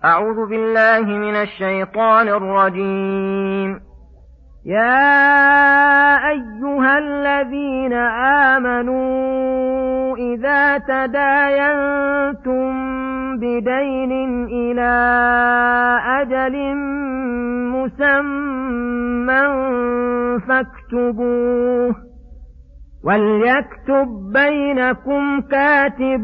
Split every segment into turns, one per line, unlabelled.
أعوذ بالله من الشيطان الرجيم. يا أيها الذين آمنوا إذا تداينتم بدين إلى أجل مسمى فاكتبوه، وليكتب بينكم كاتب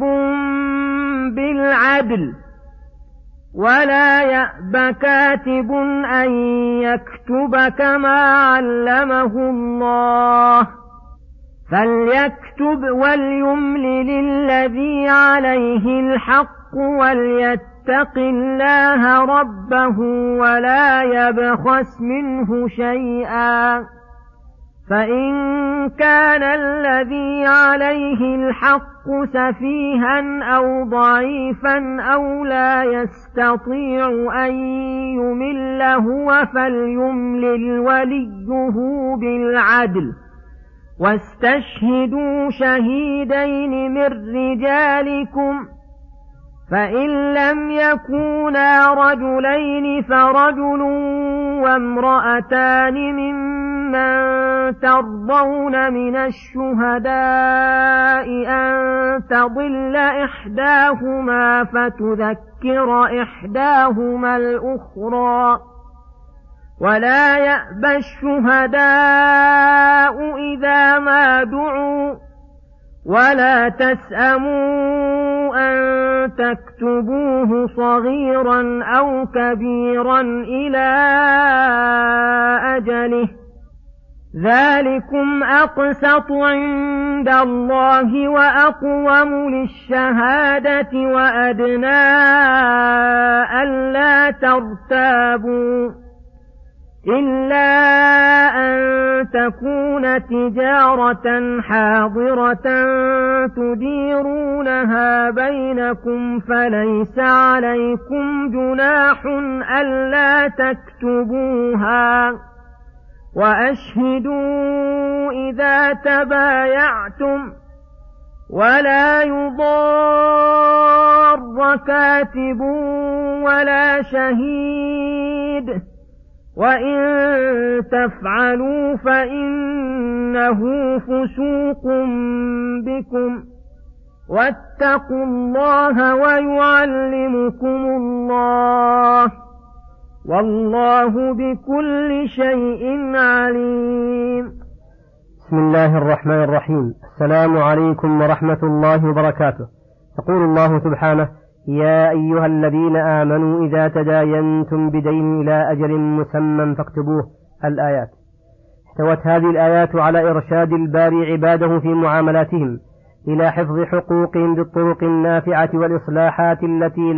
بالعدل، ولا يأب كاتب أن يكتب كما علمه الله، فليكتب وليملل الذي عليه الحق وليتق الله ربه ولا يبخس منه شيئا، فإن كان الذي عليه الحق سفيها أو ضعيفا أو لا يستطيع أن يمل هو فليملل وليه بالعدل، واستشهدوا شهيدين من رجالكم، فإن لم يكونا رجلين فرجل وامرأتان ممن ترضون من الشهداء أن تضل إحداهما فتذكر إحداهما الأخرى، ولا يأبى الشهداء إذا ما دعوا، ولا تسأموا أن تكتبوه صغيرا أو كبيرا إلى أجله، ذلكم أقسط عند الله وأقوم للشهادة وأدنى ألا ترتابوا، إلا أن تكون تجارة حاضرة تديرونها بينكم فليس عليكم جناح ألا تكتبوها، وأشهدوا إذا تبايعتم، ولا يضار كاتب ولا شهيد، وإن تفعلوا فإنه فسوق بكم، واتقوا الله ويعلمكم الله، والله بكل شيء عليم.
بسم الله الرحمن الرحيم. السلام عليكم ورحمة الله وبركاته. يقول الله سبحانه: يا أيها الذين آمنوا إذا تداينتم بدين إلى أجل مسمى فاكتبوه. الآيات. احتوت هذه الآيات على إرشاد الباري عباده في معاملاتهم إلى حفظ حقوقهم بالطرق النافعة والإصلاحات التي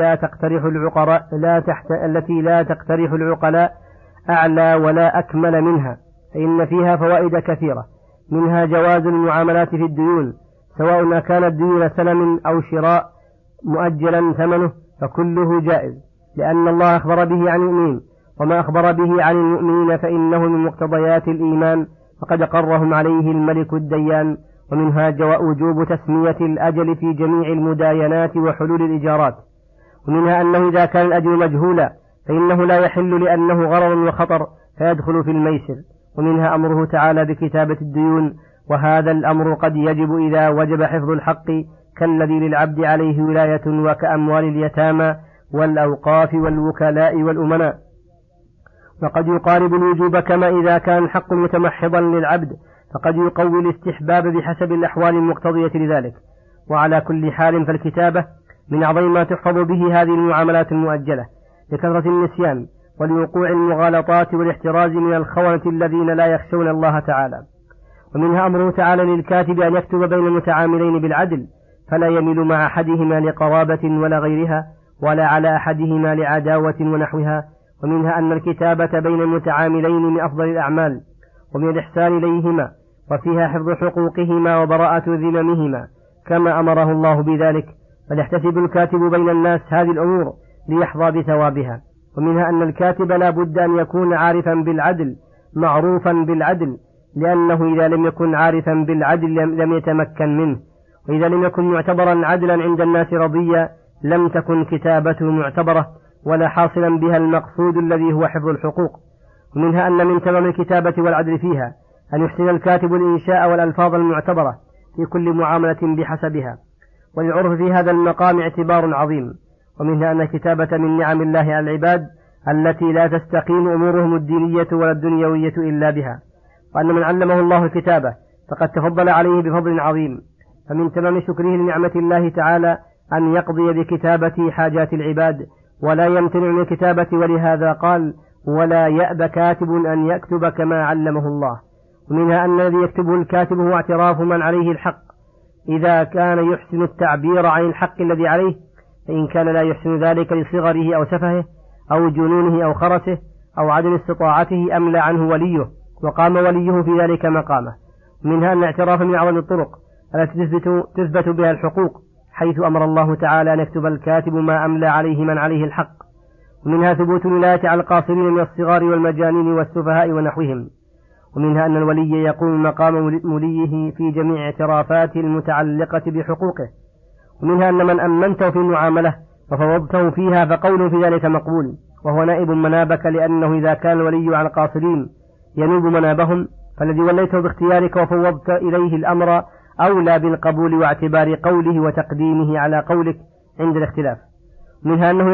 لا تقترح العقلاء أعلى ولا أكمل منها، فإن فيها فوائد كثيرة، منها جواز المعاملات في الديون، سواء كانت ديون سلم أو شراء مؤجلا ثمنه فكله جائز، لأن الله أخبر به عن المؤمنين، وما أخبر به عن المؤمنين فإنه من مقتضيات الإيمان، فقد قرهم عليه الملك الديان. ومنها وجوب تسمية الأجل في جميع المداينات وحلول الإجارات، ومنها أنه إذا كان الأجل مجهولا فإنه لا يحل لأنه غرر وخطر فيدخل في الميسر. ومنها أمره تعالى بكتابة الديون، وهذا الأمر قد يجب إذا وجب حفظ الحق كالذي للعبد عليه ولاية، وكأموال اليتامى والأوقاف والوكلاء والأمناء، وقد يقارب الوجوب كما إذا كان الحق متمحضا للعبد فقد يقوي الاستحباب بحسب الأحوال المقتضية لذلك. وعلى كل حال فالكتابة من أعظم ما تحفظ به هذه المعاملات المؤجلة لكثرة النسيان ولوقوع المغالطات والاحتراز من الخونة الذين لا يخشون الله تعالى. ومنها أمره تعالى للكاتب أن يكتب بين المتعاملين بالعدل، فلا يميل مع أحدهما لقرابة ولا غيرها، ولا على أحدهما لعداوة ونحوها. ومنها أن الكتابة بين المتعاملين من أفضل الأعمال ومن الإحسان إليهما، وفيها حفظ حقوقهما وبراءة ذممهما كما أمره الله بذلك، فليحتسب الكاتب بين الناس هذه الأمور ليحظى بثوابها. ومنها أن الكاتب لا بد أن يكون عارفا بالعدل معروفا بالعدل، لأنه إذا لم يكن عارفا بالعدل لم يتمكن منه، وإذا لم يكن معتبرا عدلا عند الناس رضيا لم تكن كتابته معتبرة، ولا حاصلا بها المقصود الذي هو حفظ الحقوق. ومنها أن من تمام الكتابة والعدل فيها أن يحسن الكاتب الإنشاء والألفاظ المعتبرة في كل معاملة بحسبها، وللعرف في هذا المقام اعتبار عظيم. ومنها أن الكتابة من نعم الله على العباد التي لا تستقيم أمورهم الدينية ولا الدنيوية إلا بها، وأن من علمه الله الكتابة فقد تفضل عليه بفضل عظيم. فمن تمام شكره لنعمة الله تعالى أن يقضي بكتابة حاجات العباد ولا يمتنع من الكتابة، ولهذا قال: ولا يأب كاتب أن يكتب كما علمه الله. ومنها أن الذي يكتبه الكاتب هو اعتراف من عليه الحق إذا كان يحسن التعبير عن الحق الذي عليه، فإن كان لا يحسن ذلك لصغره أو سفهه أو جنونه أو خرسه أو عدم استطاعته أملى عنه وليه وقام وليه في ذلك مقامه. منها أن الاعتراف من أعظم الطرق التي تثبت بها الحقوق، حيث أمر الله تعالى أن يكتب الكاتب ما أملى عليه من عليه الحق. ومنها ثبوت الولاية على القاصرين من الصغار والمجانين والسفهاء ونحوهم. ومنها أن الولي يقوم مقام مليه في جميع اعترافاته المتعلقة بحقوقه. ومنها أن من أمنته في المعاملة وفوضته فيها فقوله في ذلك مقبول، وهو نائب منابك، لأنه إذا كان الولي على القاصرين ينوب منابهم، فالذي وليته باختيارك وفوضت إليه الأمر أولى بالقبول واعتبار قوله وتقديمه على قولك عند الاختلاف. ومنها أنه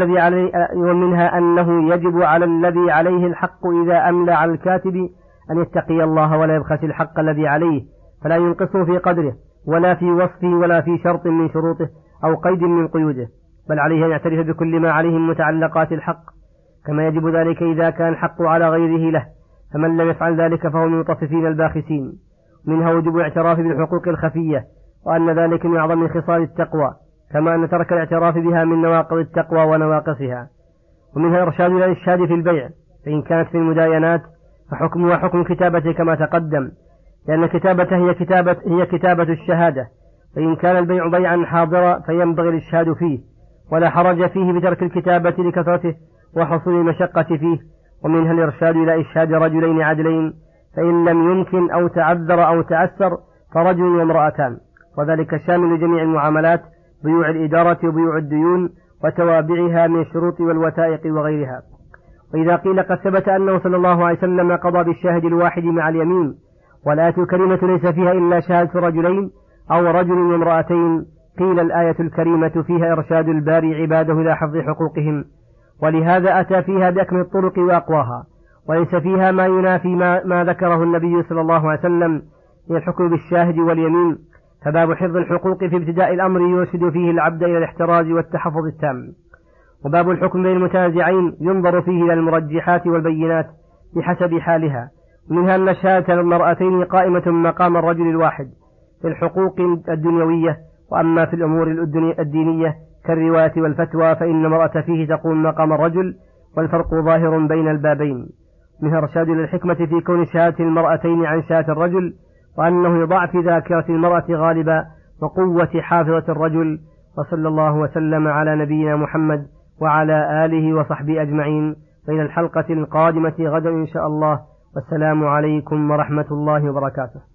يجب على الذي عليه الحق إذا أملى على الكاتب أن يتقي الله ولا يبخس الحق الذي عليه، فلا ينقصه في قدره ولا في وصفه ولا في شرط من شروطه أو قيد من قيوده، بل عليه أن يعترف بكل ما عليه من متعلقات الحق، كما يجب ذلك إذا كان الحق على غيره له، فمن لم يفعل ذلك فهو من المطففين الباخسين. منها وجوب الاعتراف بالحقوق الخفية، وأن ذلك من أعظم خصال التقوى، كما أن ترك الاعتراف بها من نواقض التقوى ونواقصها. ومنها الإرشاد إلى الإشهاد في البيع، فإن كانت في المداينات فحكمها حكم كتابته كما تقدم، لأن الكتابة هي كتابة الشهادة، فإن كان البيع بيعا حاضرا فينبغي الإشهاد فيه، ولا حرج فيه بترك الكتابة لكثرته وحصول المشقة فيه. ومنها الإرشاد إلى إشهاد رجلين عدلين، فإن لم يمكن أو تعذر أو تأثر فرجل وامرأتان، وذلك شامل لجميع المعاملات، بيوع الإدارة وبيوع الديون وتوابعها من الشروط والوثائق وغيرها. وإذا قيل قد ثبت أنه صلى الله عليه وسلم قضى بالشاهد الواحد مع اليمين، والآية الكريمة ليس فيها إلا شهادة رجلين أو رجل وامرأتين، قيل الآية الكريمة فيها إرشاد الباري عباده إلى حفظ حقوقهم، ولهذا أتى فيها بأكمل الطرق وأقواها، وليس فيها ما ينافي ما ذكره النبي صلى الله عليه وسلم من الحكم بالشاهد واليمين. فباب حفظ الحقوق في ابتداء الأمر يرشد فيه العبد إلى الاحتراز والتحفظ التام. وباب الحكم بين المتنازعين ينظر فيه إلى المرجحات والبينات بحسب حالها. منها أن شهادة المرأتين قائمة مقام الرجل الواحد في الحقوق الدنيوية، وأما في الأمور الدينية كالرواية والفتوى فإن المرأة فيه تقوم مقام الرجل، والفرق ظاهر بين البابين. منها إرشاد إلى الحكمة في كون شهادة المرأتين عن شهادة الرجل، وأنه لضعف ذاكرة المرأة غالبا وقوة حافظة الرجل. وصلى الله وسلم على نبينا محمد وعلى آله وصحبه أجمعين، وإلى الحلقة القادمة غدا إن شاء الله، والسلام عليكم ورحمة الله وبركاته.